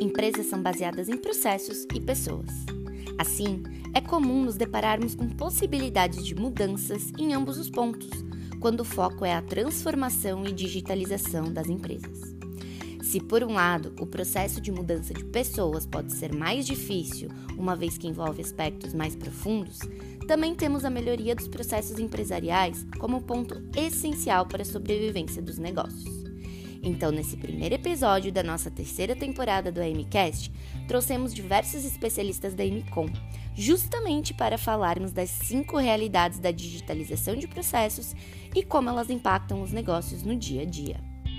Empresas são baseadas em processos e pessoas. Assim, é comum nos depararmos com possibilidades de mudanças em ambos os pontos, quando o foco é a transformação e digitalização das empresas. Se, por um lado, o processo de mudança de pessoas pode ser mais difícil, uma vez que envolve aspectos mais profundos, também temos a melhoria dos processos empresariais como ponto essencial para a sobrevivência dos negócios. Então, nesse primeiro episódio da nossa terceira temporada do AMcast, trouxemos diversos especialistas da AMcom, justamente para falarmos das 5 realidades da digitalização de processos e como elas impactam os negócios no dia a dia.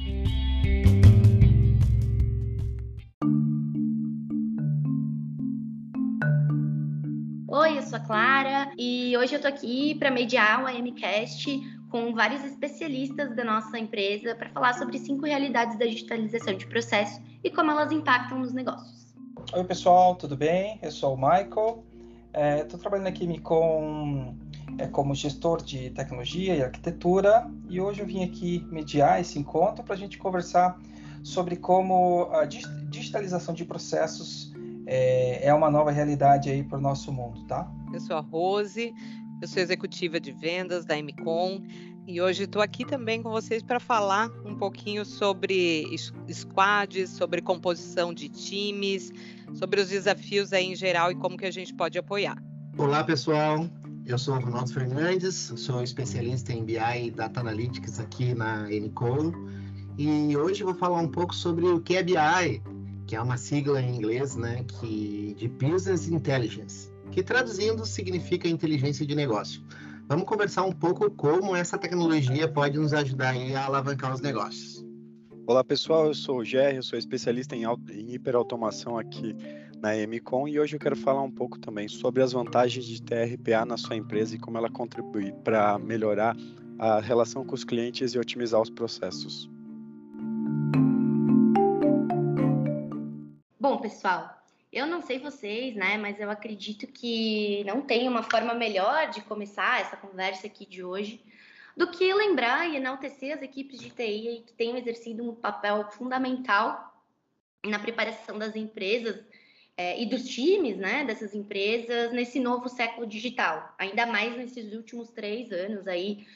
Oi, eu sou a Clara e hoje eu tô aqui para mediar o AMcast com vários especialistas da nossa empresa para falar sobre 5 realidades da digitalização de processo e como elas impactam nos negócios. Oi pessoal, tudo bem? Eu sou o Michael, estou trabalhando aqui como gestor de tecnologia e arquitetura e hoje eu vim aqui mediar esse encontro para a gente conversar sobre como a digitalização de processos é uma nova realidade aí para o nosso mundo, tá? Eu sou a Rose, eu sou executiva de vendas da AMcom e hoje estou aqui também com vocês para falar um pouquinho sobre squads, sobre composição de times, sobre os desafios aí em geral e como que a gente pode apoiar. Olá pessoal, eu sou o Ronaldo Fernandes, sou especialista em BI e Data Analytics aqui na AMcom e hoje vou falar um pouco sobre o que é BI, que é uma sigla em inglês, né, de Business Intelligence, que traduzindo significa inteligência de negócio. Vamos conversar um pouco como essa tecnologia pode nos ajudar aí a alavancar os negócios. Olá pessoal, eu sou o Gerry, eu sou especialista em hiperautomação aqui na AMcom e hoje eu quero falar um pouco também sobre as vantagens de ter RPA na sua empresa e como ela contribui para melhorar a relação com os clientes e otimizar os processos. Bom, pessoal, eu não sei vocês, né, mas eu acredito que não tem uma forma melhor de começar essa conversa aqui de hoje do que lembrar e enaltecer as equipes de TI que têm exercido um papel fundamental na preparação das empresas e dos times, né, dessas empresas nesse novo século digital, ainda mais nesses últimos 3 anos aí,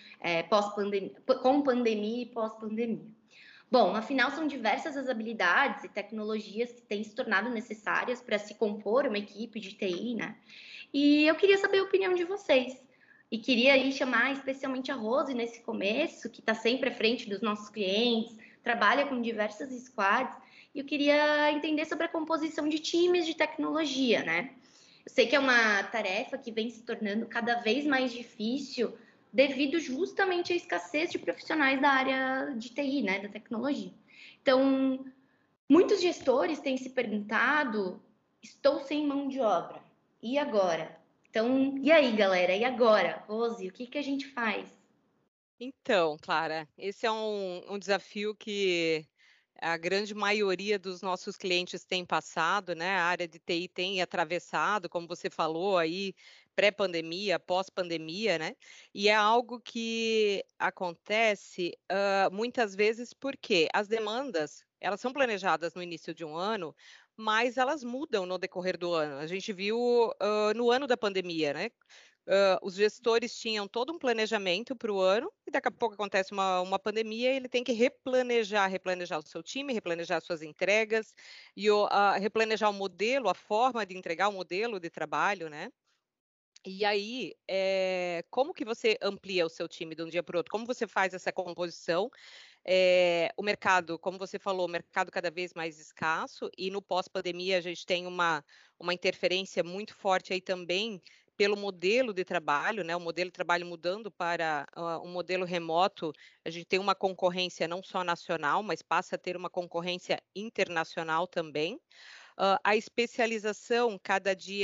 com pandemia e pós-pandemia. Bom, afinal, são diversas as habilidades e tecnologias que têm se tornado necessárias para se compor uma equipe de TI, né? E eu queria saber a opinião de vocês. E queria aí chamar especialmente a Rose nesse começo, que está sempre à frente dos nossos clientes, trabalha com diversas squads, e eu queria entender sobre a composição de times de tecnologia, né? Eu sei que é uma tarefa que vem se tornando cada vez mais difícil, devido justamente à escassez de profissionais da área de TI, né, da tecnologia. Então, muitos gestores têm se perguntado, estou sem mão de obra, e agora? Então, e aí, galera, e agora? Rose, o que a gente faz? Então, Clara, esse é um desafio que a grande maioria dos nossos clientes tem passado, né? A área de TI tem atravessado, como você falou aí, pré-pandemia, pós-pandemia, né? E é algo que acontece muitas vezes porque as demandas, elas são planejadas no início de um ano, mas elas mudam no decorrer do ano. A gente viu no ano da pandemia, né? Os gestores tinham todo um planejamento para o ano, e daqui a pouco acontece uma pandemia, e ele tem que replanejar o seu time, replanejar suas entregas, e replanejar o modelo, a forma de entregar o modelo de trabalho, né? E aí, como que você amplia o seu time de um dia para o outro? Como você faz essa composição? O mercado, como você falou, o mercado cada vez mais escasso, e no pós-pandemia a gente tem uma interferência muito forte aí também pelo modelo de trabalho, né? O modelo de trabalho mudando para um modelo remoto, a gente tem uma concorrência não só nacional, mas passa a ter uma concorrência internacional também. A especialização cada dia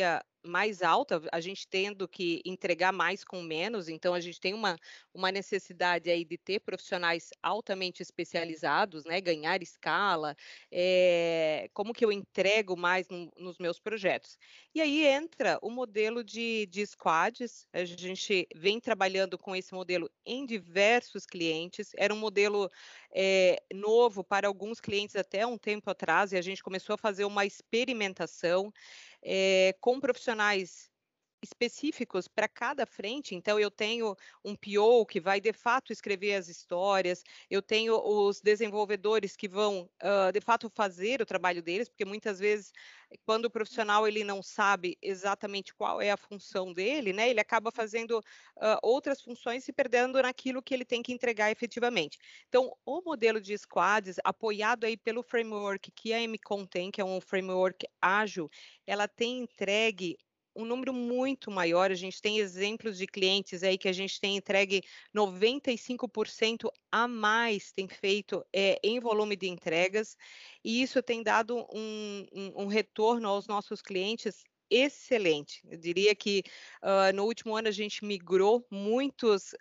mais alta, a gente tendo que entregar mais com menos, então a gente tem uma necessidade aí de ter profissionais altamente especializados, né, ganhar escala, como que eu entrego mais nos meus projetos. E aí entra o modelo de squads, a gente vem trabalhando com esse modelo em diversos clientes, era um modelo novo para alguns clientes até um tempo atrás, e a gente começou a fazer uma experimentação, com profissionais específicos para cada frente. Então, eu tenho um PO que vai, de fato, escrever as histórias, eu tenho os desenvolvedores que vão, de fato, fazer o trabalho deles, porque muitas vezes, quando o profissional ele não sabe exatamente qual é a função dele, né, ele acaba fazendo outras funções e se perdendo naquilo que ele tem que entregar efetivamente. Então, o modelo de squads, apoiado aí pelo framework que a MCOM tem, que é um framework ágil, ela tem entregue um número muito maior, a gente tem exemplos de clientes aí que a gente tem entregue 95% a mais, tem feito em volume de entregas, e isso tem dado um retorno aos nossos clientes excelente. Eu diria que no último ano a gente migrou muitos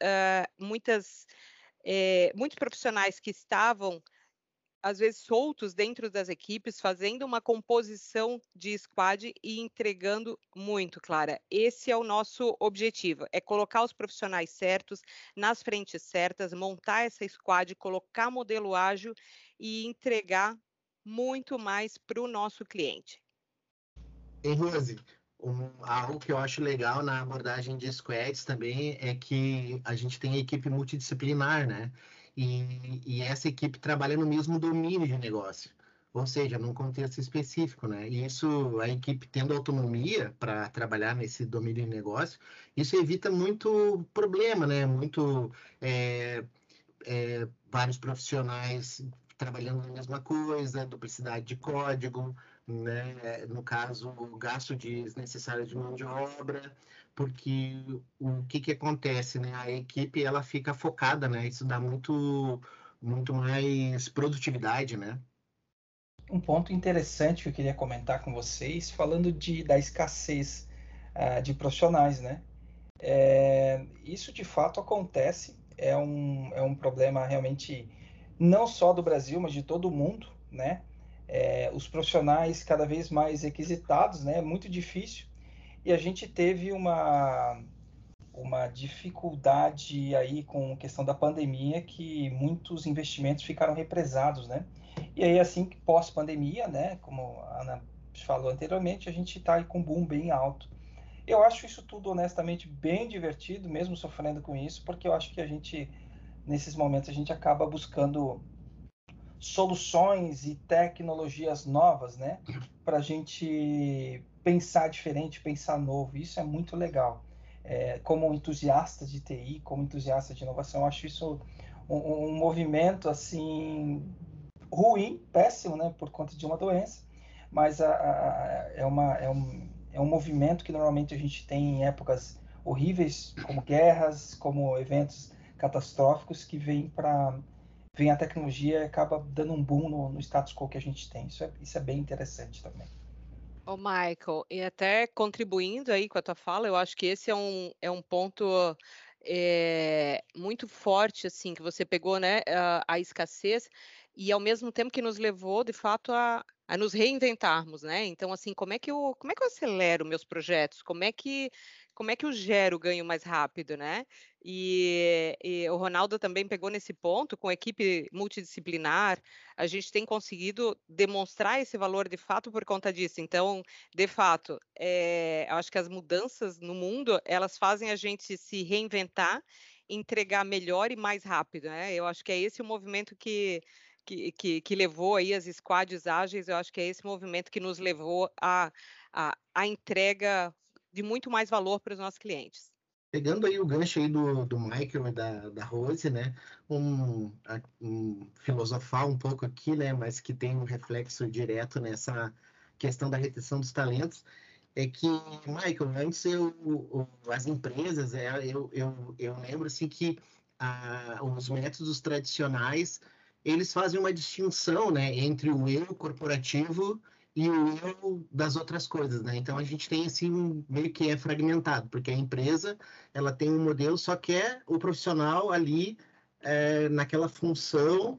profissionais que estavam às vezes soltos dentro das equipes, fazendo uma composição de squad e entregando muito, Clara. Esse é o nosso objetivo, é colocar os profissionais certos, nas frentes certas, montar essa squad, colocar modelo ágil e entregar muito mais para o nosso cliente. E Rose, algo que eu acho legal na abordagem de squads também é que a gente tem a equipe multidisciplinar, né? E essa equipe trabalha no mesmo domínio de negócio, ou seja, num contexto específico, né? E isso, a equipe tendo autonomia para trabalhar nesse domínio de negócio, isso evita muito problema, né? Vários profissionais trabalhando na mesma coisa, duplicidade de código, né? No caso, o gasto desnecessário de mão de obra, porque o que acontece, né? A equipe ela fica focada, né? Isso dá muito mais produtividade, né? Um ponto interessante que eu queria comentar com vocês, falando da escassez de profissionais, né? Isso de fato acontece, é um problema realmente não só do Brasil, mas de todo o mundo, né? Os profissionais cada vez mais requisitados, né? É muito difícil. E a gente teve uma dificuldade aí com a questão da pandemia, que muitos investimentos ficaram represados, né? E aí, assim, pós-pandemia, né? Como a Ana falou anteriormente, a gente está aí com um boom bem alto. Eu acho isso tudo, honestamente, bem divertido, mesmo sofrendo com isso, porque eu acho que a gente, nesses momentos, a gente acaba buscando soluções e tecnologias novas, né? Para a gente pensar diferente, pensar novo. Isso é muito legal. Como entusiasta de TI, como entusiasta de inovação, eu acho isso um movimento assim ruim, péssimo, né? Por conta de uma doença, mas é um movimento que normalmente a gente tem em épocas horríveis, como guerras, como eventos catastróficos, que vem a tecnologia e acaba dando um boom no status quo que a gente tem. Isso é bem interessante também. Ô, Michael, e até contribuindo aí com a tua fala, eu acho que esse é um ponto muito forte, assim, que você pegou, né, a escassez, e ao mesmo tempo que nos levou, de fato, a nos reinventarmos, né? Então, assim, como é que eu acelero meus projetos? Como é que eu gero ganho mais rápido, né? E o Ronaldo também pegou nesse ponto, com a equipe multidisciplinar, a gente tem conseguido demonstrar esse valor de fato por conta disso. Então, de fato, eu acho que as mudanças no mundo, elas fazem a gente se reinventar, entregar melhor e mais rápido, né? Eu acho que é esse o movimento que levou aí as squads ágeis, eu acho que é esse movimento que nos levou a entrega de muito mais valor para os nossos clientes. Pegando aí o gancho aí do Michael e da Rose, né? Filosofar um pouco aqui, né? Mas que tem um reflexo direto nessa questão da retenção dos talentos, é que, Michael, antes as empresas, eu lembro assim que os métodos tradicionais, eles fazem uma distinção, né? Entre o eu corporativo e o eu das outras coisas, né? Então a gente tem assim meio que é fragmentado, porque a empresa ela tem um modelo, só que é o profissional ali naquela função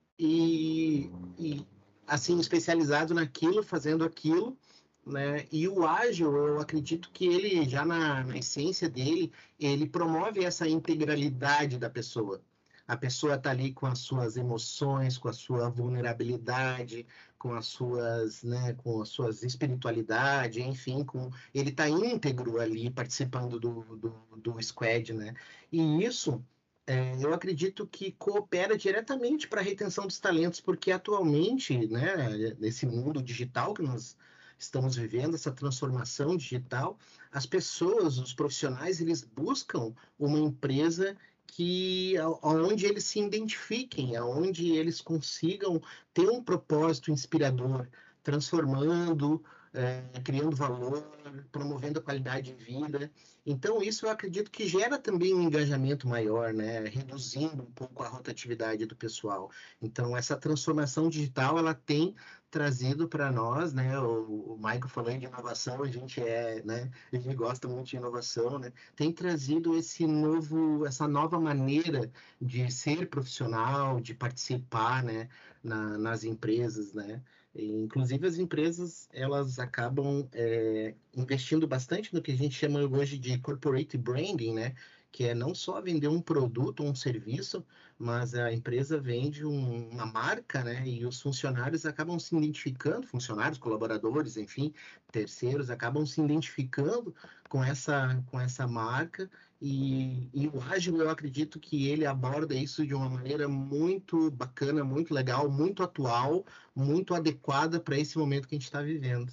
e assim especializado naquilo, fazendo aquilo, né? E o ágil, eu acredito que ele já na essência dele, ele promove essa integralidade da pessoa. A pessoa está ali com as suas emoções, com a sua vulnerabilidade, com as suas, né, com as suas espiritualidade, enfim, ele está íntegro ali participando do squad, né? E isso eu acredito que coopera diretamente para a retenção dos talentos, porque atualmente, né, nesse mundo digital que nós estamos vivendo, essa transformação digital, as pessoas, os profissionais, eles buscam uma empresa onde eles se identifiquem, onde eles consigam ter um propósito inspirador, transformando, criando valor, promovendo a qualidade de vida. Então, isso eu acredito que gera também um engajamento maior, né? Reduzindo um pouco a rotatividade do pessoal. Então, essa transformação digital, ela tem trazido para nós, né? O Michael falou de inovação, né? A gente gosta muito de inovação, né? Tem trazido essa nova maneira de ser profissional, de participar, né? Nas empresas, né? Inclusive, as empresas, elas acabam investindo bastante no que a gente chama hoje de corporate branding, né? Que é não só vender um produto ou um serviço, mas a empresa vende uma marca, né? E os funcionários acabam se identificando, funcionários, colaboradores, enfim, terceiros, acabam se identificando com essa marca. E o Ágil, eu acredito que ele aborda isso de uma maneira muito bacana, muito legal, muito atual, muito adequada para esse momento que a gente está vivendo.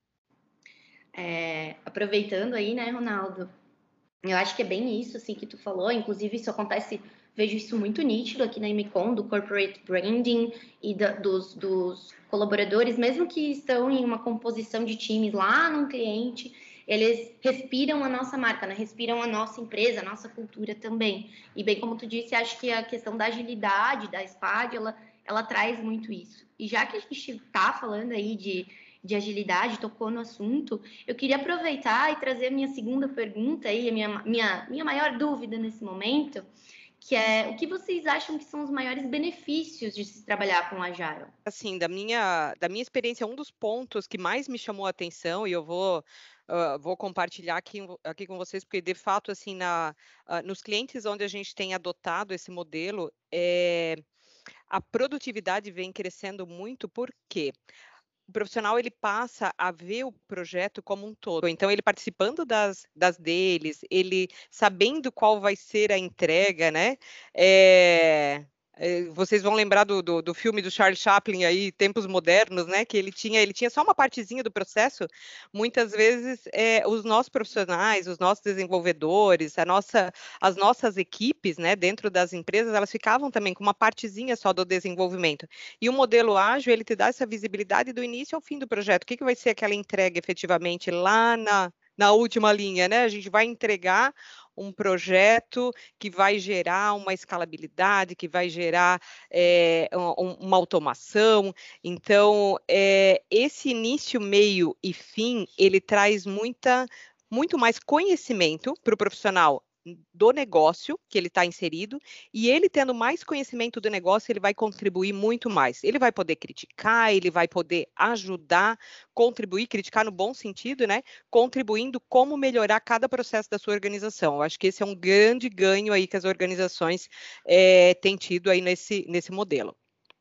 Aproveitando aí, né, Ronaldo? Eu acho que é bem isso, assim, que tu falou. Inclusive, isso acontece, vejo isso muito nítido aqui na MCON, do corporate branding e dos colaboradores, mesmo que estão em uma composição de times lá num cliente, eles respiram a nossa marca, né? Respiram a nossa empresa, a nossa cultura também. E bem como tu disse, acho que a questão da agilidade da SPAD, ela traz muito isso. E já que a gente está falando aí de agilidade, tocou no assunto, eu queria aproveitar e trazer a minha segunda pergunta aí, a minha maior dúvida nesse momento, que é o que vocês acham que são os maiores benefícios de se trabalhar com Agile? Assim, da minha experiência, um dos pontos que mais me chamou a atenção, e eu vou compartilhar aqui com vocês, porque de fato, assim, nos clientes onde a gente tem adotado esse modelo, a produtividade vem crescendo muito, porque o profissional ele passa a ver o projeto como um todo. Então, ele participando das deles, ele sabendo qual vai ser a entrega, né? Vocês vão lembrar do filme do Charlie Chaplin aí, Tempos Modernos, né? Que ele tinha só uma partezinha do processo. Muitas vezes os nossos profissionais, os nossos desenvolvedores, as nossas equipes, né, dentro das empresas, elas ficavam também com uma partezinha só do desenvolvimento. E o modelo ágil, ele te dá essa visibilidade do início ao fim do projeto. O que vai ser aquela entrega efetivamente lá na última linha, né? A gente vai entregar um projeto que vai gerar uma escalabilidade, que vai gerar uma automação. Então, esse início, meio e fim, ele traz muito mais conhecimento para o profissional do negócio que ele está inserido, e ele tendo mais conhecimento do negócio, ele vai contribuir muito mais. Ele vai poder criticar, ele vai poder ajudar, contribuir, criticar no bom sentido, né? Contribuindo como melhorar cada processo da sua organização. Eu acho que esse é um grande ganho aí que as organizações têm tido aí nesse modelo.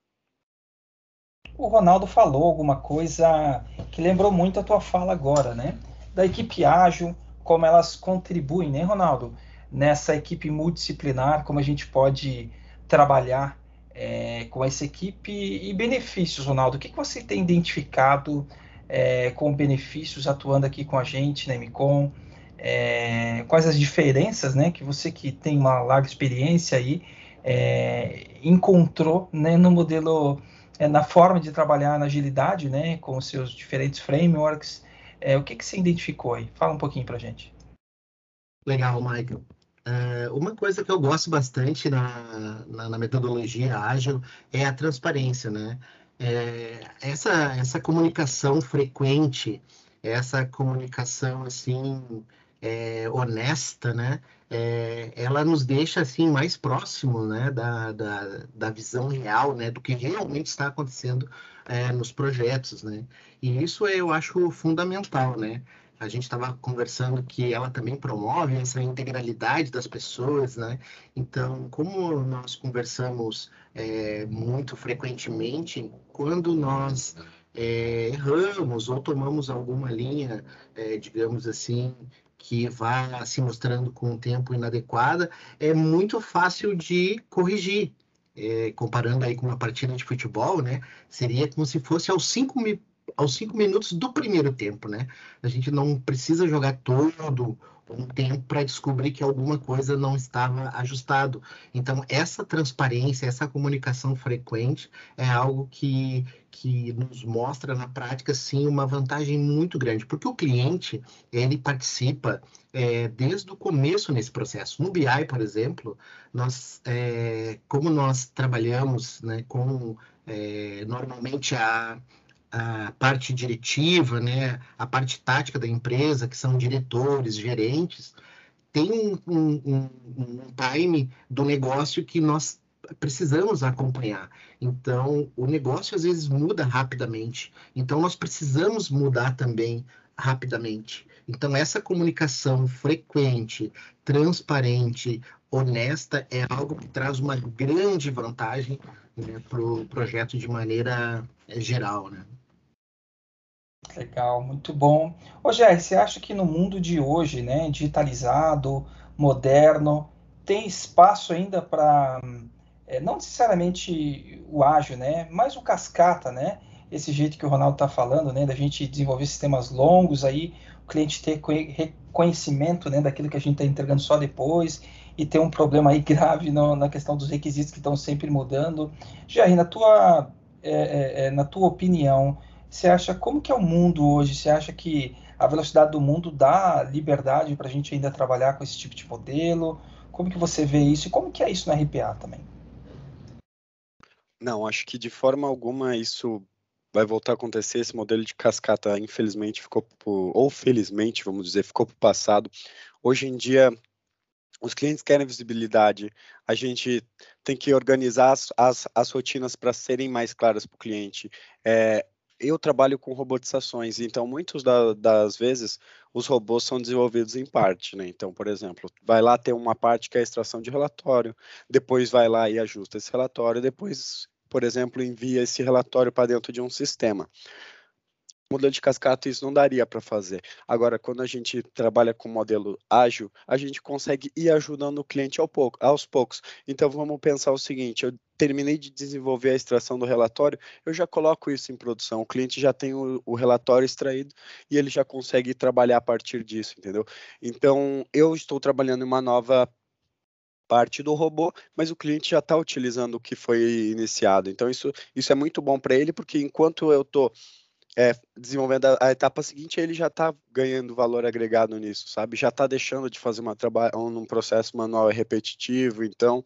O Ronaldo falou alguma coisa que lembrou muito a tua fala agora, né? Da equipe ágil, como elas contribuem, né, Ronaldo? Nessa equipe multidisciplinar, como a gente pode trabalhar com essa equipe e benefícios, Ronaldo. O que você tem identificado com benefícios atuando aqui com a gente na MCON? Quais as diferenças, né, que você que tem uma larga experiência aí encontrou, né, no modelo, na forma de trabalhar na agilidade, né, com os seus diferentes frameworks? O que você identificou aí? Fala um pouquinho para a gente. Legal, Michael. Uma coisa que eu gosto bastante na metodologia ágil é a transparência, né? Essa comunicação frequente, essa comunicação assim honesta, né? Ela nos deixa assim mais próximo, né? Da visão real, né? Do que realmente está acontecendo nos projetos, né? E isso eu acho fundamental, né? A gente estava conversando que ela também promove essa integralidade das pessoas, né? Então, como nós conversamos muito frequentemente, quando nós erramos ou tomamos alguma linha, digamos assim, que vá se mostrando com o tempo inadequada, é muito fácil de corrigir. Comparando aí com uma partida de futebol, né? Seria como se fosse aos 5 minutos do primeiro tempo, né? A gente não precisa jogar todo um tempo para descobrir que alguma coisa não estava ajustado. Então, essa transparência, essa comunicação frequente é algo que nos mostra na prática, sim, uma vantagem muito grande, porque o cliente, ele participa desde o começo nesse processo. No BI, por exemplo, como nós trabalhamos, né, com normalmente a parte diretiva, né, a parte tática da empresa, que são diretores, gerentes, tem um time do negócio que nós precisamos acompanhar. Então, o negócio às vezes muda rapidamente. Então, nós precisamos mudar também rapidamente. Então, essa comunicação frequente, transparente, honesta, é algo que traz uma grande vantagem, né, para o projeto de maneira geral, né? Legal, muito bom. Ô, Jair, você acha que no mundo de hoje, né, digitalizado, moderno, tem espaço ainda para, não necessariamente o ágil, né, mas o cascata, né, esse jeito que o Ronaldo está falando, né, da gente desenvolver sistemas longos, aí o cliente ter reconhecimento, né, daquilo que a gente está entregando só depois, e ter um problema aí grave na questão dos requisitos que estão sempre mudando. Jair, na tua opinião, você acha como que é o mundo hoje? Você acha que a velocidade do mundo dá liberdade para a gente ainda trabalhar com esse tipo de modelo? Como que você vê isso? E como que é isso na RPA também? Não, acho que de forma alguma isso vai voltar a acontecer. Esse modelo de cascata, infelizmente, ou felizmente, vamos dizer, ficou para o passado. Hoje em dia, os clientes querem visibilidade, a gente tem que organizar as rotinas para serem mais claras para o cliente. Eu trabalho com robotizações, então muitas das vezes os robôs são desenvolvidos em parte, né? Então, por exemplo, vai lá ter uma parte que é a extração de relatório, depois vai lá e ajusta esse relatório, depois, por exemplo, envia esse relatório para dentro de um sistema. Modelo de cascata isso não daria para fazer. Agora, quando a gente trabalha com modelo ágil, a gente consegue ir ajudando o cliente aos poucos. Então, vamos pensar o seguinte, eu terminei de desenvolver a extração do relatório, eu já coloco isso em produção, o cliente já tem o relatório extraído e ele já consegue trabalhar a partir disso, entendeu? Então, eu estou trabalhando em uma nova parte do robô, mas o cliente já está utilizando o que foi iniciado. Então, isso é muito bom para ele, porque enquanto eu estou desenvolvendo a etapa seguinte, ele já está ganhando valor agregado nisso, sabe? Já está deixando de fazer um processo manual repetitivo, então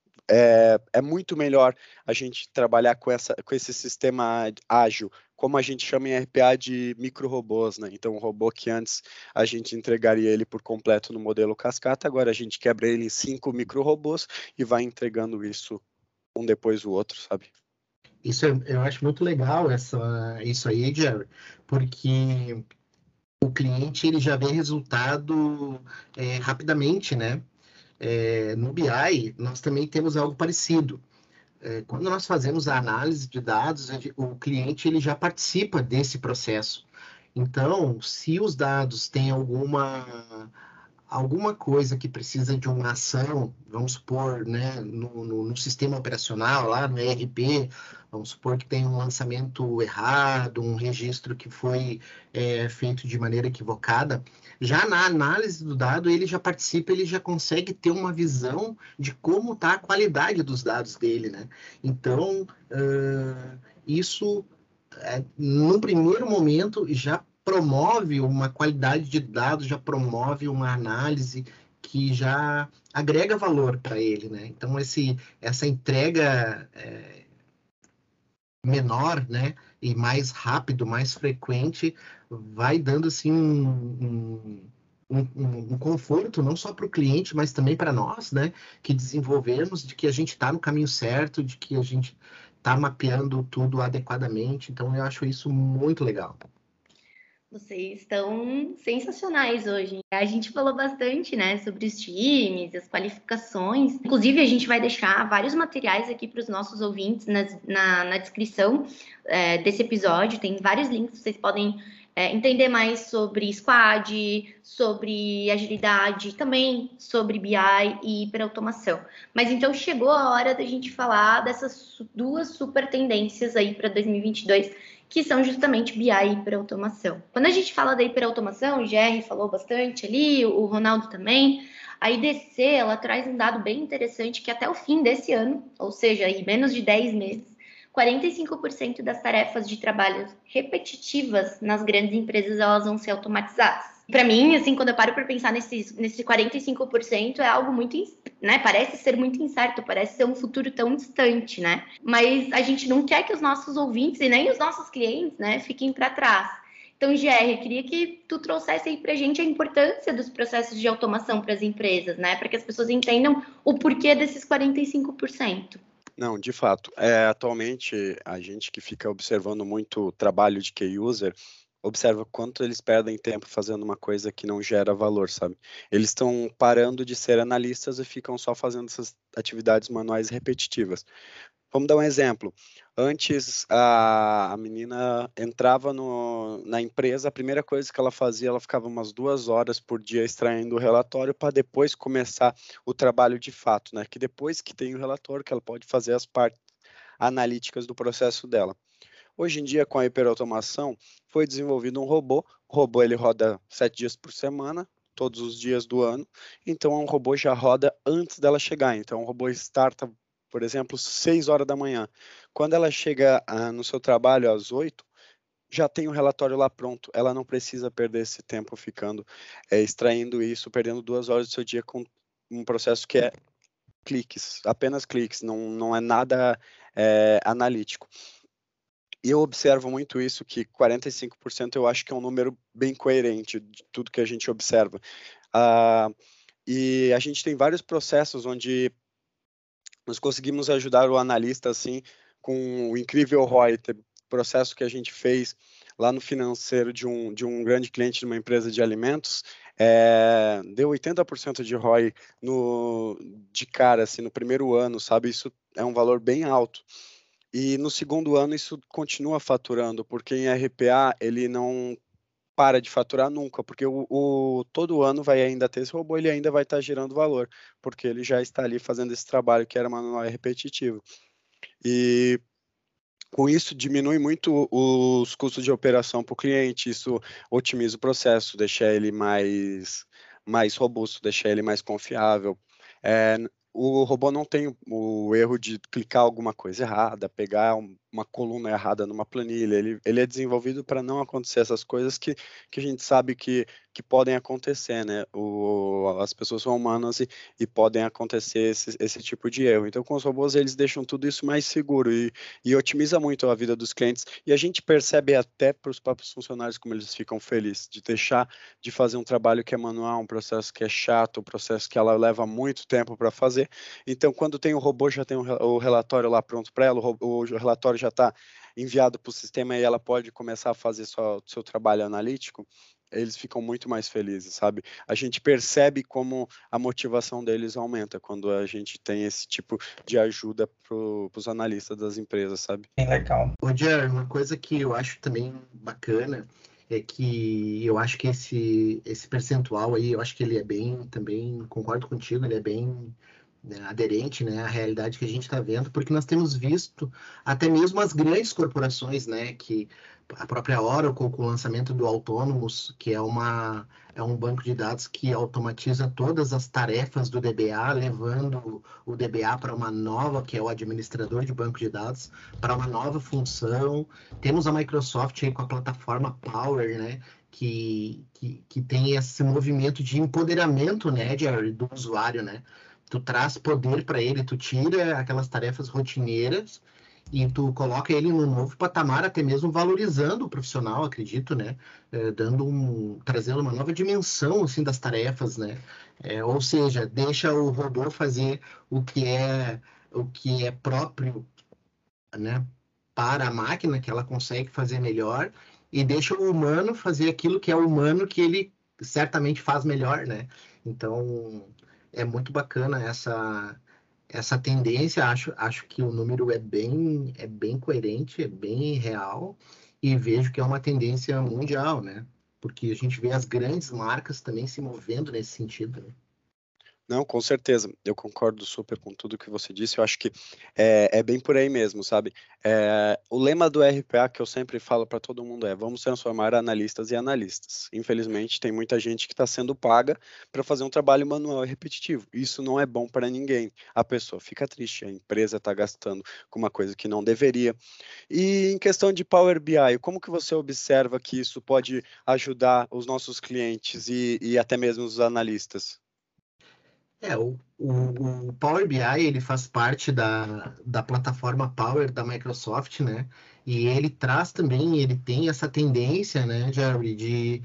é muito melhor a gente trabalhar com esse sistema ágil, como a gente chama em RPA de micro-robôs, né? Então, um robô que antes a gente entregaria ele por completo no modelo cascata, agora a gente quebra ele em 5 micro-robôs e vai entregando isso um depois do outro, sabe? Eu acho muito legal isso aí, Jerry, porque o cliente ele já vê resultado rapidamente, né? No BI, nós também temos algo parecido. Quando nós fazemos a análise de dados, o cliente ele já participa desse processo. Então, se os dados têm alguma coisa que precisa de uma ação, vamos supor, né, no sistema operacional, lá no ERP, vamos supor que tem um lançamento errado, um registro que foi feito de maneira equivocada, já na análise do dado, ele já participa, ele já consegue ter uma visão de como está a qualidade dos dados dele, né? Então, isso, num primeiro momento, já promove uma qualidade de dados, já promove uma análise que já agrega valor para ele, né? Então, essa entrega menor, né, e mais rápido, mais frequente, vai dando assim um conforto, não só para o cliente, mas também para nós, né, que desenvolvemos, de que a gente está no caminho certo, de que a gente está mapeando tudo adequadamente. Então, eu acho isso muito legal. Vocês estão sensacionais hoje. A gente falou bastante, né, sobre os times, as qualificações. Inclusive, a gente vai deixar vários materiais aqui para os nossos ouvintes na descrição desse episódio. Tem vários links, vocês podem entender mais sobre squad, sobre agilidade, também sobre BI e hiperautomação. Mas então chegou a hora da gente falar dessas duas super tendências aí para 2022, que são justamente BI e hiperautomação. Quando a gente fala da hiperautomação, o GR falou bastante ali, o Ronaldo também, a IDC, ela traz um dado bem interessante que até o fim desse ano, ou seja, em menos de 10 meses, 45% das tarefas de trabalho repetitivas nas grandes empresas, elas vão ser automatizadas. Para mim, assim, quando eu paro para pensar nesse 45%, é algo muito, né? Parece ser muito incerto, parece ser um futuro tão distante, né? Mas a gente não quer que os nossos ouvintes e nem os nossos clientes, né, fiquem para trás. Então, GR, queria que tu trouxesse aí para a gente a importância dos processos de automação para as empresas, né? Para que as pessoas entendam o porquê desses 45%. Não, de fato. Atualmente, a gente que fica observando muito o trabalho de key user, observa quanto eles perdem tempo fazendo uma coisa que não gera valor, sabe? Eles estão parando de ser analistas e ficam só fazendo essas atividades manuais repetitivas. Vamos dar um exemplo. Antes, a menina entrava na empresa, a primeira coisa que ela fazia, ela ficava umas 2 horas por dia extraindo o relatório para depois começar o trabalho de fato, né? Que depois que tem o relatório, que ela pode fazer as partes analíticas do processo dela. Hoje em dia, com a hiperautomação, foi desenvolvido um robô. O robô ele roda 7 dias por semana, todos os dias do ano. Então, um robô já roda antes dela chegar. Então, o robô starta, por exemplo, 6 horas da manhã. Quando ela chega no seu trabalho às 8, já tem o relatório lá pronto. Ela não precisa perder esse tempo ficando extraindo isso, perdendo 2 horas do seu dia com um processo que é cliques, apenas cliques, não é nada analítico. E eu observo muito isso, que 45% eu acho que é um número bem coerente de tudo que a gente observa. E a gente tem vários processos onde nós conseguimos ajudar o analista, assim, com o incrível ROI, processo que a gente fez lá no financeiro de um grande cliente de uma empresa de alimentos, deu 80% de ROI de cara, assim, no primeiro ano, sabe? Isso é um valor bem alto. E no segundo ano isso continua faturando, porque em RPA ele não para de faturar nunca, porque todo ano vai ainda ter esse robô, ele ainda vai estar gerando valor, porque ele já está ali fazendo esse trabalho que era manual e repetitivo. E com isso diminui muito os custos de operação para o cliente, isso otimiza o processo, deixa ele mais robusto, deixa ele mais confiável. O robô não tem o erro de clicar alguma coisa errada, pegar uma coluna errada numa planilha. Ele é desenvolvido para não acontecer essas coisas que a gente sabe que podem acontecer, né? As pessoas são humanas e podem acontecer esse tipo de erro. Então, com os robôs, eles deixam tudo isso mais seguro e otimiza muito a vida dos clientes. E a gente percebe até para os próprios funcionários como eles ficam felizes de deixar de fazer um trabalho que é manual, um processo que é chato, um processo que ela leva muito tempo para fazer. Então, quando tem o robô, já tem o relatório lá pronto para ela, o relatório já está enviado para o sistema e ela pode começar a fazer seu trabalho analítico, eles ficam muito mais felizes, sabe? A gente percebe como a motivação deles aumenta quando a gente tem esse tipo de ajuda para os analistas das empresas, sabe? Bem legal. Ô, Jer, uma coisa que eu acho também bacana é que eu acho que esse percentual aí, eu acho que ele é bem, também concordo contigo, ele é bem aderente, né, à realidade que a gente está vendo, porque nós temos visto até mesmo as grandes corporações, né, que a própria Oracle com o lançamento do Autonomous, que é um banco de dados que automatiza todas as tarefas do DBA, levando o DBA para uma nova, que é o administrador de banco de dados, para uma nova função. Temos a Microsoft aí com a plataforma Power, né, que tem esse movimento de empoderamento, né, do usuário, né. Tu traz poder para ele, tu tira aquelas tarefas rotineiras e tu coloca ele num novo patamar, até mesmo valorizando o profissional, acredito, né? Trazendo uma nova dimensão, assim, das tarefas, né? Ou seja, deixa o robô fazer o que é próprio, né, para a máquina, que ela consegue fazer melhor, e deixa o humano fazer aquilo que é humano, que ele certamente faz melhor, né? Então, é muito bacana essa tendência. Acho que o número é bem coerente, é bem real, e vejo que é uma tendência mundial, né? Porque a gente vê as grandes marcas também se movendo nesse sentido, né? Não, com certeza, eu concordo super com tudo que você disse, eu acho que é bem por aí mesmo, sabe? O lema do RPA que eu sempre falo para todo mundo vamos transformar analistas em analistas. Infelizmente, tem muita gente que está sendo paga para fazer um trabalho manual e repetitivo, isso não é bom para ninguém, a pessoa fica triste, a empresa está gastando com uma coisa que não deveria. E em questão de Power BI, como que você observa que isso pode ajudar os nossos clientes e até mesmo os analistas? O Power BI, ele faz parte da plataforma Power da Microsoft, né? E ele traz também, ele tem essa tendência, né, Jerry, de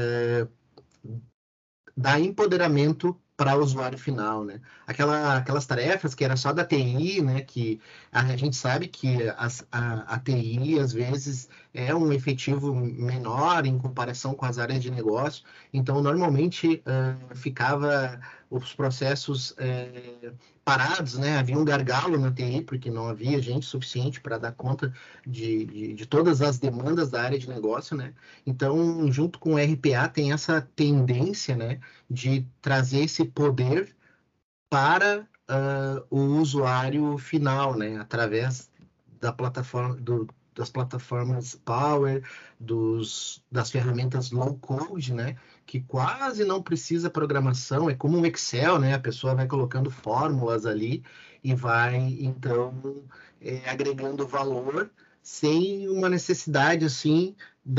dar empoderamento para o usuário final, né? Aquelas tarefas que era só da TI, né? Que a gente sabe que a TI, às vezes, é um efetivo menor em comparação com as áreas de negócio. Então, normalmente, ficava os processos parados, né? Havia um gargalo na TI, porque não havia gente suficiente para dar conta de todas as demandas da área de negócio, né? Então, junto com o RPA, tem essa tendência, né, de trazer esse poder para o usuário final, né, através da plataforma, das plataformas Power, das ferramentas low code, né, que quase não precisa programação, é como um Excel, né, a pessoa vai colocando fórmulas ali e vai, então, agregando valor sem uma necessidade, assim,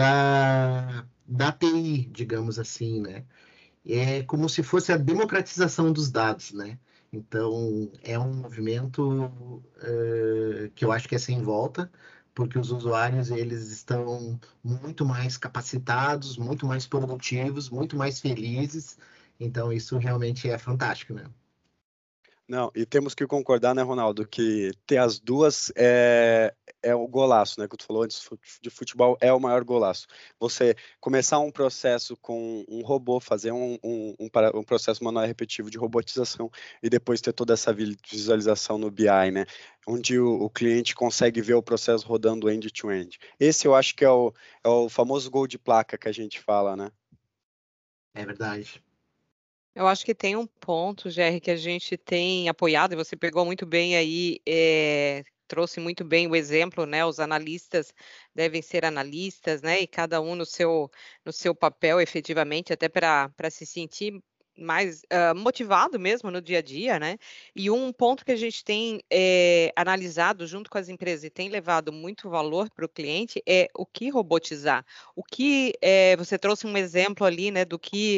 da TI, digamos assim, né? É como se fosse a democratização dos dados, né? Então, é um movimento que eu acho que é sem volta, porque os usuários, eles estão muito mais capacitados, muito mais produtivos, muito mais felizes. Então, isso realmente é fantástico, né? Não, e temos que concordar, né, Ronaldo, que ter as duas é o golaço, né, que tu falou antes de futebol, é o maior golaço. Você começar um processo com um robô, fazer um processo manual repetitivo de robotização e depois ter toda essa visualização no BI, né, onde o cliente consegue ver o processo rodando end-to-end. Esse eu acho que é o famoso gol de placa que a gente fala, né? É verdade. Eu acho que tem um ponto, Jerry, que a gente tem apoiado, e você pegou muito bem aí, trouxe muito bem o exemplo, né? Os analistas devem ser analistas, né? E cada um no seu papel, efetivamente, até para se sentir mais motivado mesmo no dia a dia, né? E um ponto que a gente tem analisado junto com as empresas e tem levado muito valor para o cliente é o que robotizar. O que você trouxe um exemplo ali, né?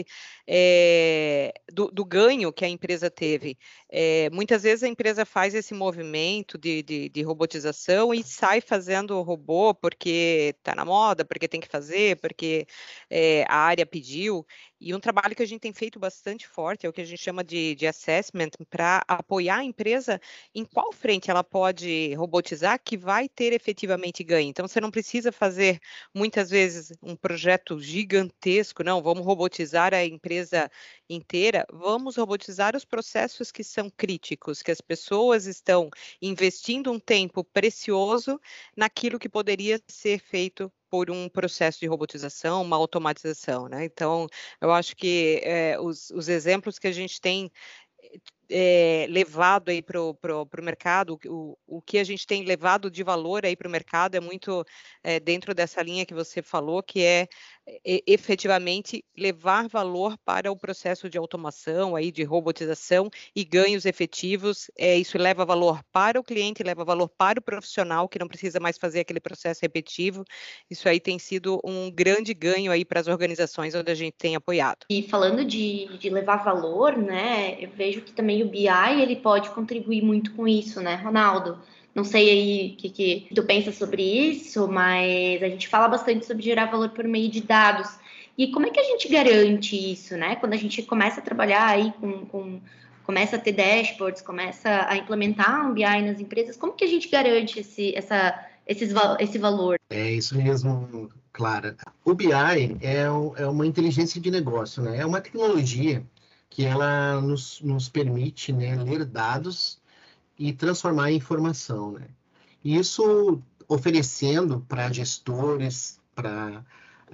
Do ganho que a empresa teve. Muitas vezes a empresa faz esse movimento de robotização e sai fazendo o robô porque está na moda, porque tem que fazer, porque a área pediu. E um trabalho que a gente tem feito bastante forte é o que a gente chama de assessment, para apoiar a empresa em qual frente ela pode robotizar que vai ter efetivamente ganho. Então, você não precisa fazer, muitas vezes, um projeto gigantesco, não, vamos robotizar a empresa inteira, vamos robotizar os processos que são críticos, que as pessoas estão investindo um tempo precioso naquilo que poderia ser feito por um processo de robotização, uma automatização, né? Então, eu acho que os exemplos que a gente tem levado aí para o mercado, o que a gente tem levado de valor aí para o mercado é muito dentro dessa linha que você falou, que é efetivamente levar valor para o processo de automação, aí, de robotização e ganhos efetivos. Isso leva valor para o cliente, leva valor para o profissional, que não precisa mais fazer aquele processo repetitivo. Isso aí tem sido um grande ganho aí para as organizações onde a gente tem apoiado. E falando de levar valor, né, eu vejo que também o BI ele pode contribuir muito com isso, né, Ronaldo? Não sei aí o que tu pensa sobre isso, mas a gente fala bastante sobre gerar valor por meio de dados. E como é que a gente garante isso, né? Quando a gente começa a trabalhar aí começa a ter dashboards, começa a implementar um BI nas empresas, como que a gente garante esse valor? É isso mesmo, Clara. O BI é uma inteligência de negócio, né? É uma tecnologia que ela nos permite, né, ler dados e transformar em informação, né? E isso oferecendo para gestores, para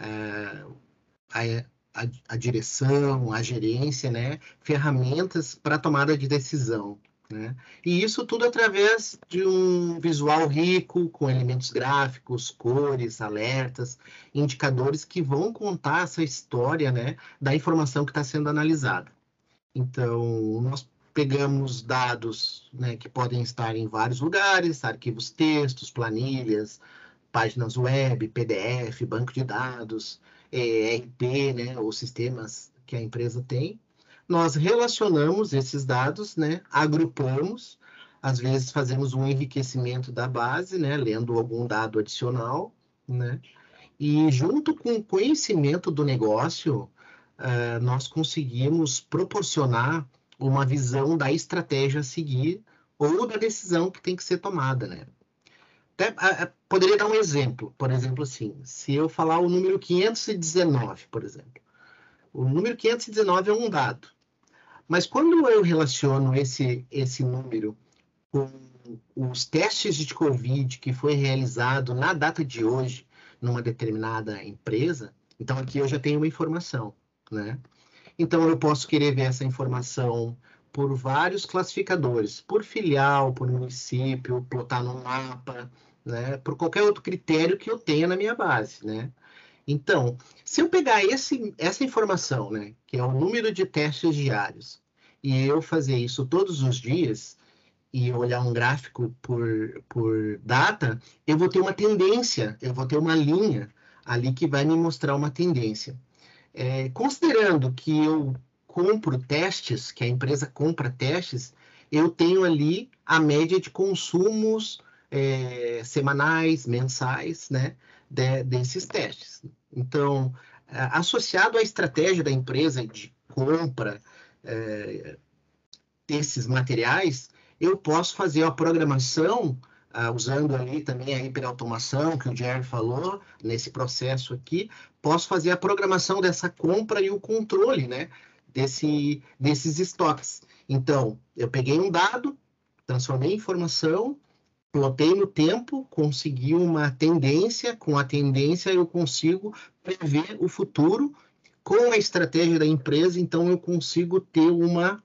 a direção, a gerência, né, ferramentas para tomada de decisão, né? E isso tudo através de um visual rico, com elementos gráficos, cores, alertas, indicadores que vão contar essa história, né, da informação que está sendo analisada. Então, nós pegamos dados, né, que podem estar em vários lugares, arquivos textos, planilhas, páginas web, PDF, banco de dados, ERP, né, ou sistemas que a empresa tem. Nós relacionamos esses dados, né, agrupamos, às vezes fazemos um enriquecimento da base, né, lendo algum dado adicional, né, e junto com o conhecimento do negócio, nós conseguimos proporcionar uma visão da estratégia a seguir ou da decisão que tem que ser tomada, né? Poderia dar um exemplo, por exemplo, assim, se eu falar o número 519, por exemplo. O número 519 é um dado, mas quando eu relaciono esse número com os testes de Covid que foi realizado na data de hoje, numa determinada empresa, então aqui eu já tenho uma informação, né? Então eu posso querer ver essa informação por vários classificadores, por filial, por município, plotar no mapa, né? Por qualquer outro critério que eu tenha na minha base, né? Então, se eu pegar essa informação, né, que é o número de testes diários, e eu fazer isso todos os dias, e olhar um gráfico por data, eu vou ter uma tendência, eu vou ter uma linha ali que vai me mostrar uma tendência. Considerando que eu compro testes, que a empresa compra testes, eu tenho ali a média de consumos semanais, mensais, né, desses testes. Então, associado à estratégia da empresa de compra desses materiais, eu posso fazer a programação, usando ali também a hiperautomação que o Jerry falou, nesse processo aqui, posso fazer a programação dessa compra e o controle, né, desses estoques. Então, eu peguei um dado, transformei em informação, plotei no tempo, consegui uma tendência, com a tendência eu consigo prever o futuro, com a estratégia da empresa, então eu consigo ter uma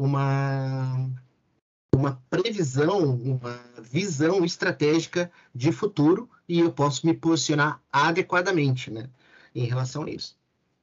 previsão, uma visão estratégica de futuro e eu posso me posicionar adequadamente, né, em relação a isso.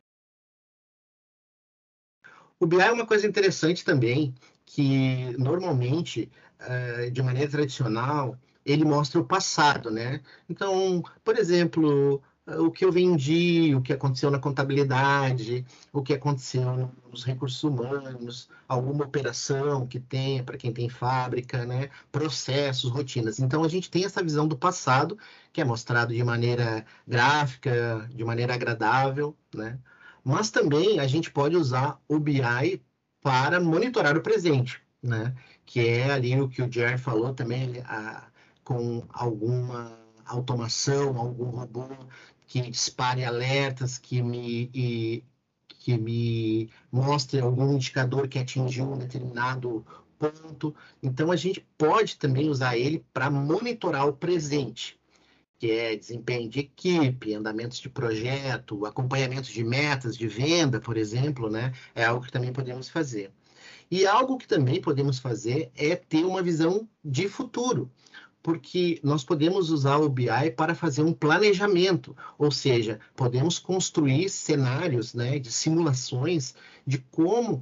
O BI é uma coisa interessante também, que normalmente, de maneira tradicional, ele mostra o passado, né? Então, por exemplo, o que eu vendi, o que aconteceu na contabilidade, o que aconteceu nos recursos humanos, alguma operação que tenha para quem tem fábrica, né? Processos, rotinas. Então, a gente tem essa visão do passado, que é mostrado de maneira gráfica, de maneira agradável, né? Mas também a gente pode usar o BI para monitorar o presente, né? Que é ali o que o Jerry falou também, com alguma automação, algum robô que dispare alertas, que me mostre algum indicador que atingiu um determinado ponto. Então, a gente pode também usar ele para monitorar o presente, que é desempenho de equipe, andamentos de projeto, acompanhamento de metas de venda, por exemplo, né? É algo que também podemos fazer. E algo que também podemos fazer é ter uma visão de futuro, porque nós podemos usar o BI para fazer um planejamento, ou seja, podemos construir cenários, né, de simulações de como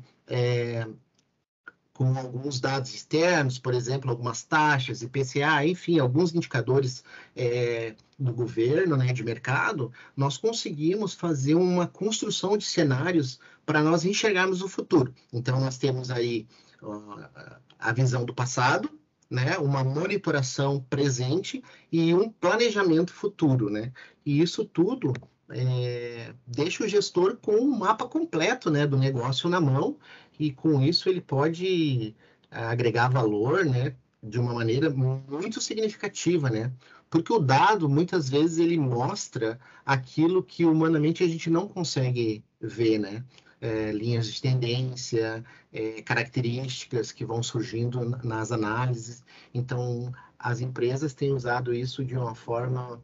com alguns dados externos, por exemplo, algumas taxas, IPCA, enfim, alguns indicadores do governo, né, de mercado, nós conseguimos fazer uma construção de cenários para nós enxergarmos o futuro. Então, nós temos aí a visão do passado, né, uma monitoração presente e um planejamento futuro, né? E isso tudo deixa o gestor com um mapa completo, né, do negócio na mão, e com isso ele pode agregar valor, né, de uma maneira muito significativa, né? Porque o dado, muitas vezes, ele mostra aquilo que humanamente a gente não consegue ver, né? Linhas de tendência, características que vão surgindo nas análises. Então, as empresas têm usado isso de uma forma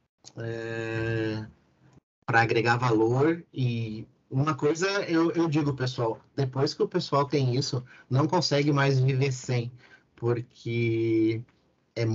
para agregar valor. E uma coisa eu digo, pessoal, depois que o pessoal tem isso, não consegue mais viver sem, porque é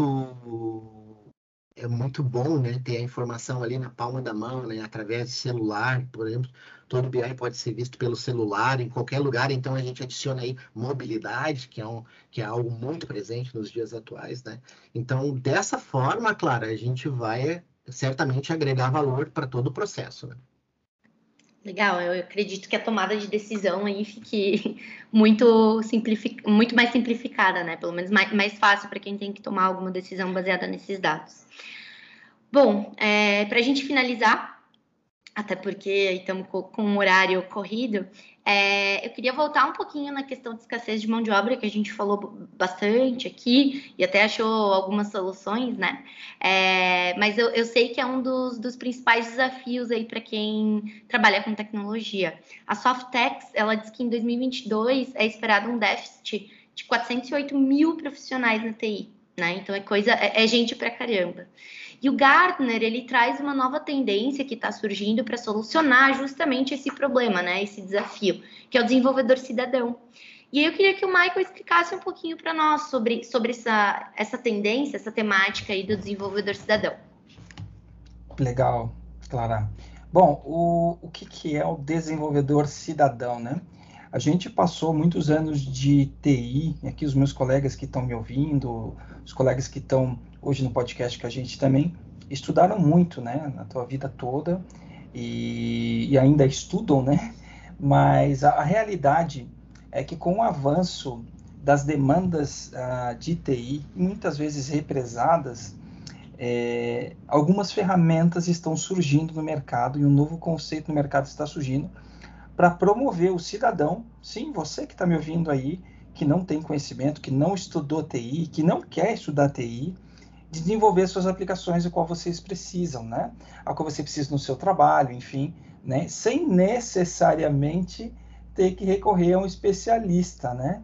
muito bom, né, ter a informação ali na palma da mão, né, através de celular, por exemplo. Todo BI pode ser visto pelo celular em qualquer lugar, então a gente adiciona aí mobilidade, que é algo muito presente nos dias atuais, né? Então, dessa forma, Clara, a gente vai certamente agregar valor para todo o processo, né? Legal, eu acredito que a tomada de decisão aí fique muito mais simplificada, né? Pelo menos mais fácil para quem tem que tomar alguma decisão baseada nesses dados. Bom, para a gente finalizar, até porque estamos com um horário corrido, eu queria voltar um pouquinho na questão de escassez de mão de obra, que a gente falou bastante aqui, e até achou algumas soluções, né? Mas eu sei que é um dos principais desafios aí para quem trabalha com tecnologia. A Softex, ela diz que em 2022 é esperado um déficit de 408 mil profissionais na TI, né? Então é gente pra caramba. E o Gartner, ele traz uma nova tendência que está surgindo para solucionar justamente esse problema, né? Esse desafio, que é o desenvolvedor cidadão. E aí eu queria que o Michael explicasse um pouquinho para nós sobre essa tendência, essa temática aí do desenvolvedor cidadão. Legal, Clara. Bom, o que é o desenvolvedor cidadão, né? A gente passou muitos anos de TI, aqui os meus colegas que estão me ouvindo, os colegas que estão hoje no podcast que a gente também estudaram muito, né, na tua vida toda e ainda estudam, né? Mas a realidade é que com o avanço das demandas de TI, muitas vezes represadas, algumas ferramentas estão surgindo no mercado e um novo conceito no mercado está surgindo para promover o cidadão, sim, você que está me ouvindo aí, que não tem conhecimento, que não estudou TI, que não quer estudar TI, de desenvolver suas aplicações a qual vocês precisam, né? A qual você precisa no seu trabalho, enfim, né? Sem necessariamente ter que recorrer a um especialista, né?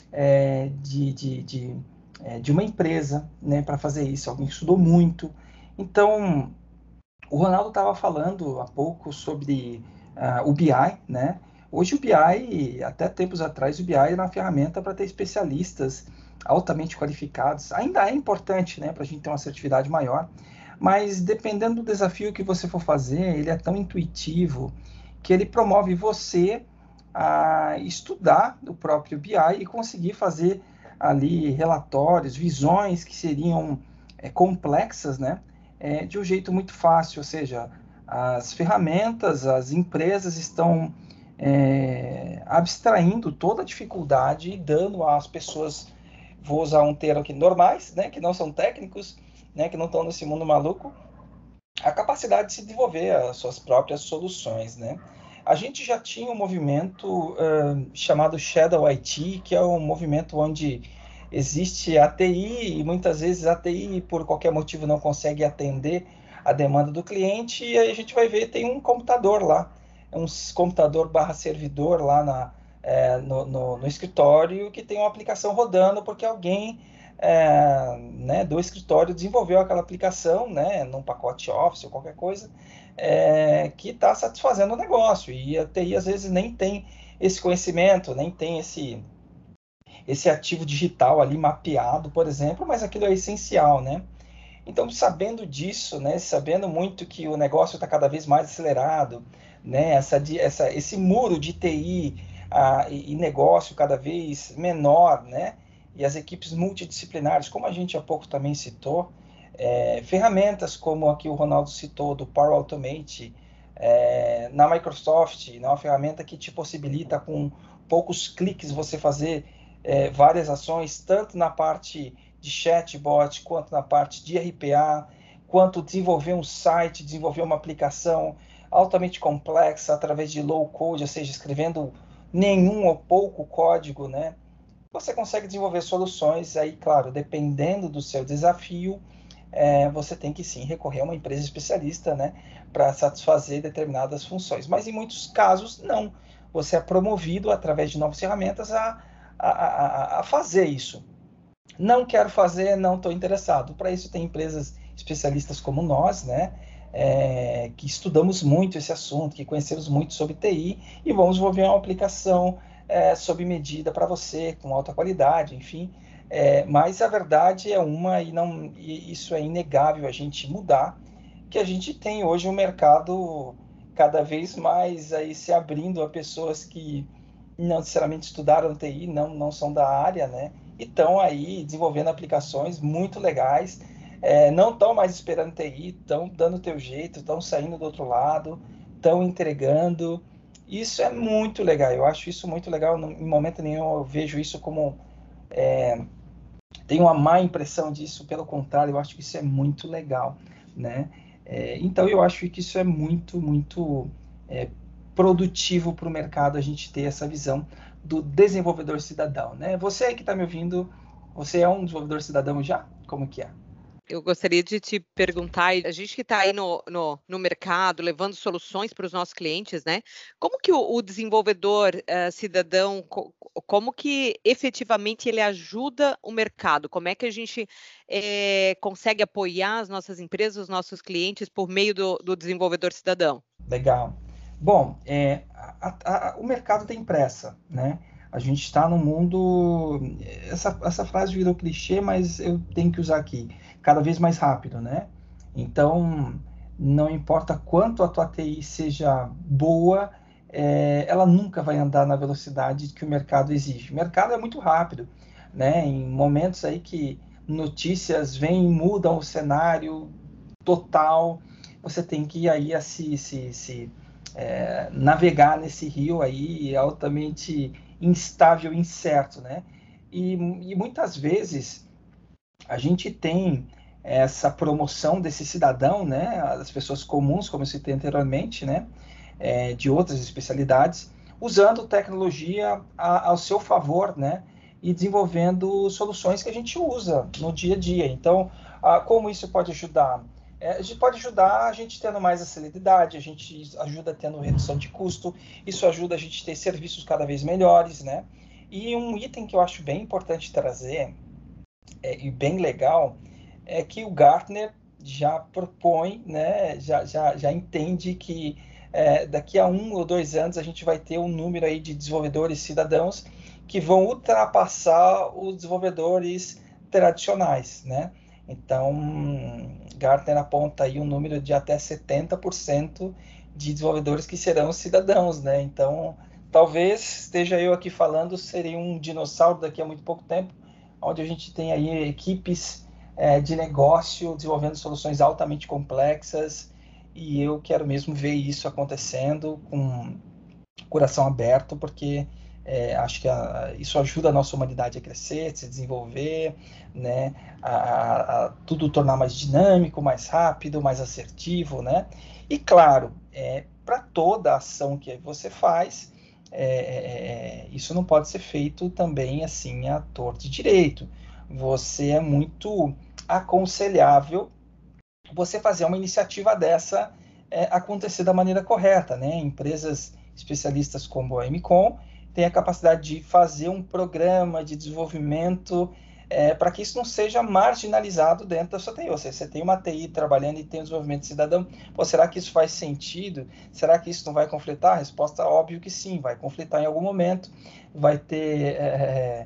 De uma empresa, né? Para fazer isso, alguém que estudou muito. Então, o Ronaldo estava falando há pouco sobre o BI, né? Hoje o BI, até tempos atrás, o BI era uma ferramenta para ter especialistas altamente qualificados. Ainda é importante, né, para a gente ter uma assertividade maior, mas dependendo do desafio que você for fazer, ele é tão intuitivo que ele promove você a estudar o próprio BI e conseguir fazer ali relatórios, visões que seriam complexas, né? De um jeito muito fácil, ou seja, as ferramentas, as empresas estão abstraindo toda a dificuldade e dando às pessoas, vou usar um termo aqui, normais, né, que não são técnicos, né, que não estão nesse mundo maluco, a capacidade de se desenvolver as suas próprias soluções, né? A gente já tinha um movimento chamado Shadow IT, que é um movimento onde existe a TI e muitas vezes a TI por qualquer motivo não consegue atender a demanda do cliente e aí a gente vai ver, tem um computador lá, um computador / servidor lá no escritório que tem uma aplicação rodando porque alguém né, do escritório desenvolveu aquela aplicação, né, num pacote Office ou qualquer coisa, que está satisfazendo o negócio. E a TI às vezes nem tem esse conhecimento, nem tem esse ativo digital ali mapeado, por exemplo, mas aquilo é essencial, né? Então, sabendo disso, né, sabendo muito que o negócio está cada vez mais acelerado, né, esse muro de TI e negócio cada vez menor, né, e as equipes multidisciplinares, como a gente há pouco também citou, ferramentas como aqui o Ronaldo citou, do Power Automate, na Microsoft, né, uma ferramenta que te possibilita com poucos cliques você fazer várias ações, tanto na parte de chatbot, quanto na parte de RPA, quanto desenvolver um site, desenvolver uma aplicação altamente complexa através de low code, ou seja, escrevendo nenhum ou pouco código, né? Você consegue desenvolver soluções, aí, claro, dependendo do seu desafio, você tem que sim recorrer a uma empresa especialista, né, para satisfazer determinadas funções. Mas em muitos casos, não. Você é promovido através de novas ferramentas a fazer isso. Não quero fazer, não estou interessado. Para isso tem empresas especialistas como nós, né, que estudamos muito esse assunto, que conhecemos muito sobre TI e vamos desenvolver uma aplicação sob medida para você, com alta qualidade, enfim. Mas a verdade é uma, e isso é inegável a gente mudar, que a gente tem hoje um mercado cada vez mais aí se abrindo a pessoas que não necessariamente estudaram TI, não são da área, né? E estão aí desenvolvendo aplicações muito legais, não estão mais esperando TI, estão dando o teu jeito, estão saindo do outro lado, estão entregando. Isso é muito legal, eu acho isso muito legal, em momento nenhum eu vejo isso como... tenho uma má impressão disso, pelo contrário, eu acho que isso é muito legal, né? Então eu acho que isso é muito, muito produtivo para o mercado, a gente ter essa visão do desenvolvedor cidadão, né? Você aí que está me ouvindo, você é um desenvolvedor cidadão já? Como que é? Eu gostaria de te perguntar, a gente que está aí no mercado, levando soluções para os nossos clientes, né? Como que o desenvolvedor cidadão, como que efetivamente ele ajuda o mercado? Como é que a gente consegue apoiar as nossas empresas, os nossos clientes, por meio do desenvolvedor cidadão? Legal. Bom, o mercado tem pressa, né? A gente está num mundo... Essa frase virou clichê, mas eu tenho que usar aqui. Cada vez mais rápido, né? Então, não importa quanto a tua TI seja boa, ela nunca vai andar na velocidade que o mercado exige. O mercado é muito rápido, né? Em momentos aí que notícias vêm e mudam o cenário total, você tem que ir aí navegar nesse rio aí altamente instável e incerto, né? E muitas vezes a gente tem essa promoção desse cidadão, né? As pessoas comuns, como eu citei anteriormente, né? De outras especialidades, usando tecnologia ao seu favor, né? E desenvolvendo soluções que a gente usa no dia a dia. Então, como isso pode ajudar? A gente pode ajudar a gente tendo mais acessibilidade, a gente ajuda tendo redução de custo, isso ajuda a gente a ter serviços cada vez melhores, né? E um item que eu acho bem importante trazer, e bem legal, é que o Gartner já propõe, né, já entende que daqui a 1 ou 2 anos a gente vai ter um número aí de desenvolvedores cidadãos que vão ultrapassar os desenvolvedores tradicionais, né? Então, Gartner aponta aí um número de até 70% de desenvolvedores que serão cidadãos, né? Então, talvez esteja eu aqui falando, seria um dinossauro daqui a muito pouco tempo, onde a gente tem aí equipes de negócio desenvolvendo soluções altamente complexas, e eu quero mesmo ver isso acontecendo com coração aberto, porque acho que isso ajuda a nossa humanidade a crescer, a se desenvolver, né? A tudo tornar mais dinâmico, mais rápido, mais assertivo, né? E claro, para toda ação que você faz, isso não pode ser feito também assim à torta e direito. Você é muito aconselhável você fazer uma iniciativa dessa acontecer da maneira correta, né? Empresas especialistas como a MCOM têm a capacidade de fazer um programa de desenvolvimento para que isso não seja marginalizado dentro da sua TI. Ou seja, você tem uma TI trabalhando e tem o desenvolvimento cidadão, será que isso faz sentido? Será que isso não vai conflitar? A resposta, óbvio que sim, vai conflitar em algum momento, vai ter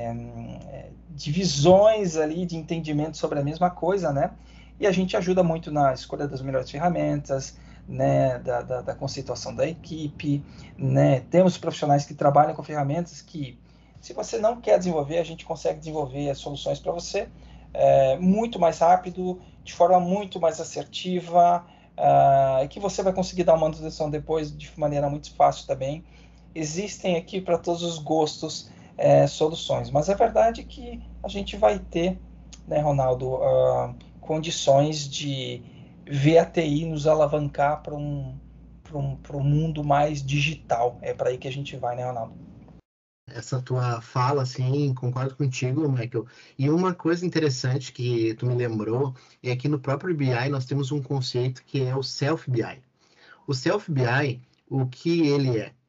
divisões ali de entendimento sobre a mesma coisa, né? E a gente ajuda muito na escolha das melhores ferramentas, né, da conceituação da equipe, né? Temos profissionais que trabalham com ferramentas que, se você não quer desenvolver, a gente consegue desenvolver as soluções para você muito mais rápido, de forma muito mais assertiva, que você vai conseguir dar uma manutenção depois de maneira muito fácil também. Existem aqui para todos os gostos soluções. Mas é verdade que a gente vai ter, né, Ronaldo, condições de ver a TI nos alavancar para um mundo mais digital. É para aí que a gente vai, né, Ronaldo? Essa tua fala, assim, concordo contigo, Michael. E uma coisa interessante que tu me lembrou é que no próprio BI nós temos um conceito que é o Self-BI. O Self-BI, o que ele é?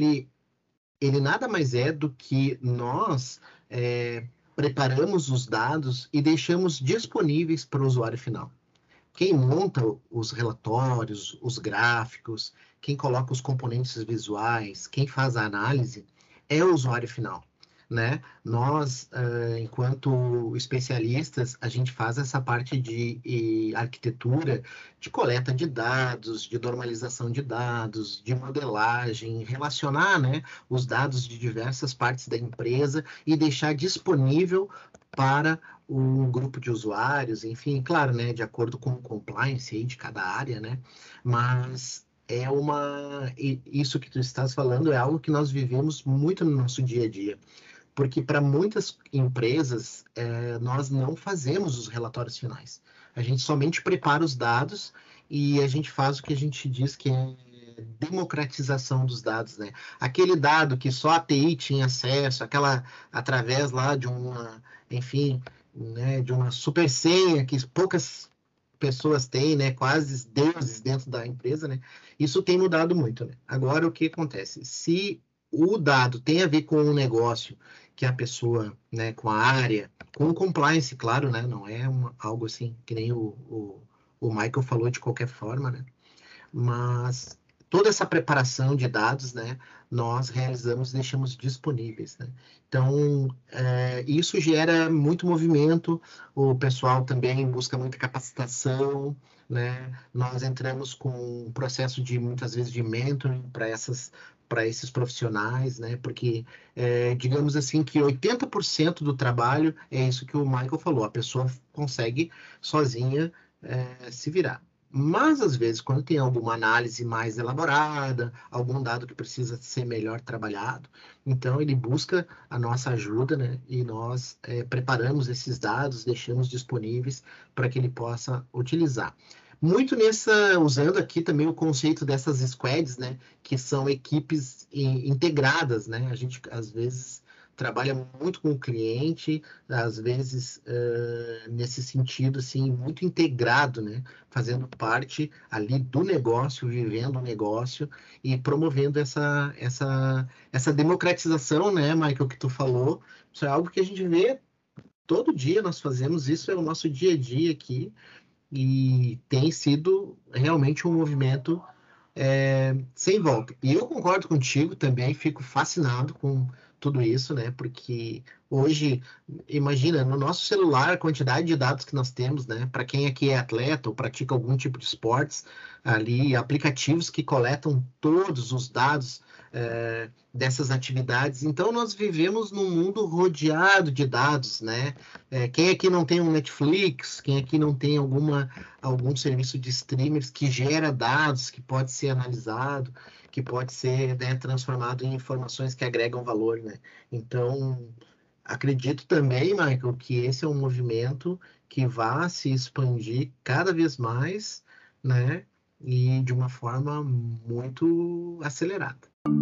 Ele nada mais é do que nós preparamos os dados e deixamos disponíveis para o usuário final. Quem monta os relatórios, os gráficos, quem coloca os componentes visuais, quem faz a análise, é o usuário final, né? Nós, enquanto especialistas, a gente faz essa parte de arquitetura, de coleta de dados, de normalização de dados, de modelagem, relacionar, né, os dados de diversas partes da empresa e deixar disponível para um grupo de usuários, enfim, claro, né, de acordo com o compliance aí de cada área, né? Mas isso que tu estás falando é algo que nós vivemos muito no nosso dia a dia, porque para muitas empresas nós não fazemos os relatórios finais. A gente somente prepara os dados e a gente faz o que a gente diz que é democratização dos dados, né? Aquele dado que só a TI tinha acesso, através lá de uma, enfim, né, de uma super senha que poucas pessoas têm, né, quase deuses dentro da empresa, né? Isso tem mudado muito, né? Agora, o que acontece? Se o dado tem a ver com um negócio que a pessoa, né, com a área, com o compliance, claro, né? Não é algo assim que nem o Michael falou de qualquer forma, né? Mas toda essa preparação de dados, né, nós realizamos e deixamos disponíveis, né? Então, isso gera muito movimento, o pessoal também busca muita capacitação, né? Nós entramos com um processo muitas vezes, de mentoring para esses profissionais, né? Porque, digamos assim, que 80% do trabalho é isso que o Michael falou, a pessoa consegue sozinha se virar. Mas, às vezes, quando tem alguma análise mais elaborada, algum dado que precisa ser melhor trabalhado, então ele busca a nossa ajuda, né? E nós preparamos esses dados, deixamos disponíveis para que ele possa utilizar. Muito usando aqui também o conceito dessas squads, né? Que são equipes integradas, né? A gente, às vezes, trabalha muito com o cliente, às vezes, nesse sentido, assim, muito integrado, né? Fazendo parte ali do negócio, vivendo o negócio e promovendo essa democratização, né, Michael, que tu falou. Isso é algo que a gente vê todo dia, nós fazemos isso, é o nosso dia a dia aqui e tem sido realmente um movimento sem volta. E eu concordo contigo também, fico fascinado com tudo isso, né? Porque hoje, imagina, no nosso celular, a quantidade de dados que nós temos, né? Para quem aqui é atleta ou pratica algum tipo de esportes, ali, aplicativos que coletam todos os dados dessas atividades. Então, nós vivemos num mundo rodeado de dados, né? Quem aqui não tem um Netflix, quem aqui não tem algum serviço de streamers que gera dados, que pode ser analisado, que pode ser, né, transformado em informações que agregam valor, né? Então, acredito também, Michael, que esse é um movimento que vai se expandir cada vez mais, né? E de uma forma muito acelerada.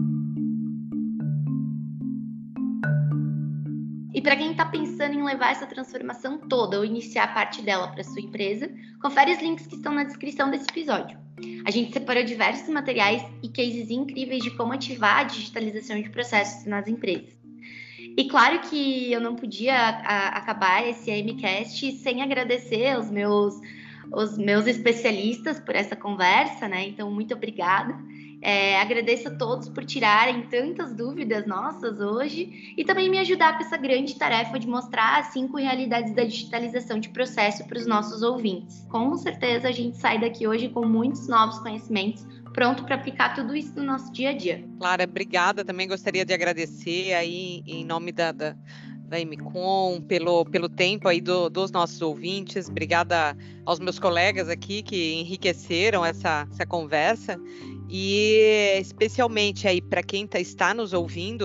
E para quem está pensando em levar essa transformação toda ou iniciar parte dela para sua empresa, confere os links que estão na descrição desse episódio. A gente separou diversos materiais e cases incríveis de como ativar a digitalização de processos nas empresas. E claro que eu não podia acabar esse AMcast sem agradecer os meus especialistas por essa conversa, né? Então, muito obrigada. Agradeço a todos por tirarem tantas dúvidas nossas hoje e também me ajudar com essa grande tarefa de mostrar as 5 realidades da digitalização de processo para os nossos ouvintes. Com certeza a gente sai daqui hoje com muitos novos conhecimentos, pronto para aplicar tudo isso no nosso dia a dia. Clara, obrigada. Também gostaria de agradecer aí em nome da MCOM, pelo tempo aí dos nossos ouvintes. Obrigada aos meus colegas aqui que enriqueceram essa conversa. E especialmente aí para quem está nos ouvindo,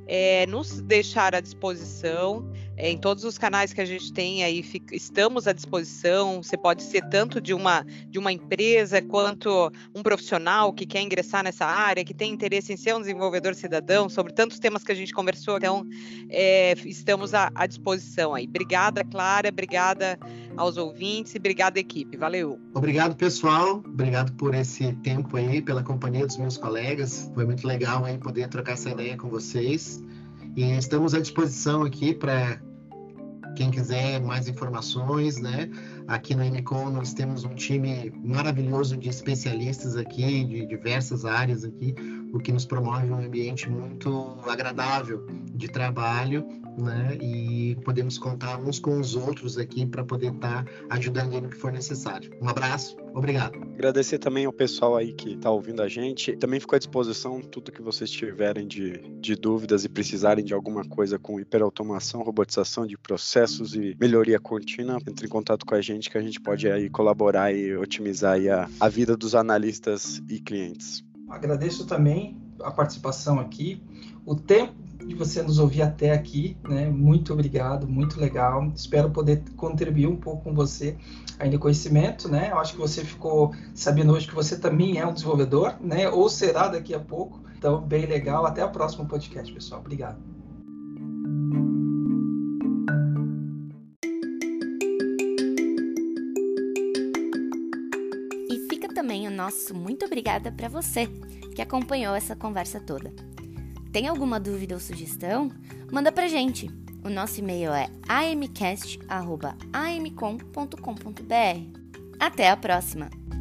nos deixar à disposição. Em todos os canais que a gente tem aí, estamos à disposição. Você pode ser tanto de uma empresa quanto um profissional que quer ingressar nessa área, que tem interesse em ser um desenvolvedor cidadão, sobre tantos temas que a gente conversou. Então, estamos à disposição aí. Obrigada, Clara, obrigada aos ouvintes e obrigada, equipe. Valeu. Obrigado, pessoal. Obrigado por esse tempo aí, pela companhia dos meus colegas. Foi muito legal aí poder trocar essa ideia com vocês. E estamos à disposição aqui para quem quiser mais informações, né? Aqui no Enicom nós temos um time maravilhoso de especialistas aqui, de diversas áreas aqui, o que nos promove um ambiente muito agradável de trabalho, né? E podemos contar uns com os outros aqui para poder estar ajudando no que for necessário. Um abraço, obrigado. Agradecer também ao pessoal aí que está ouvindo a gente. Também fico à disposição tudo que vocês tiverem de dúvidas e precisarem de alguma coisa com hiperautomação, robotização de processos e melhoria contínua. Entre em contato com a gente que a gente pode aí colaborar e otimizar aí a vida dos analistas e clientes. Agradeço também a participação aqui, o tempo de você nos ouvir até aqui, né? Muito obrigado, muito legal. Espero poder contribuir um pouco com você aí no conhecimento, né? Eu acho que você ficou sabendo hoje que você também é um desenvolvedor, né? Ou será daqui a pouco. Então, bem legal. Até o próximo podcast, pessoal. Obrigado. E fica também o nosso muito obrigada para você que acompanhou essa conversa toda. Tem alguma dúvida ou sugestão? Manda pra gente. O nosso e-mail é amcast@amcom.com.br. Até a próxima!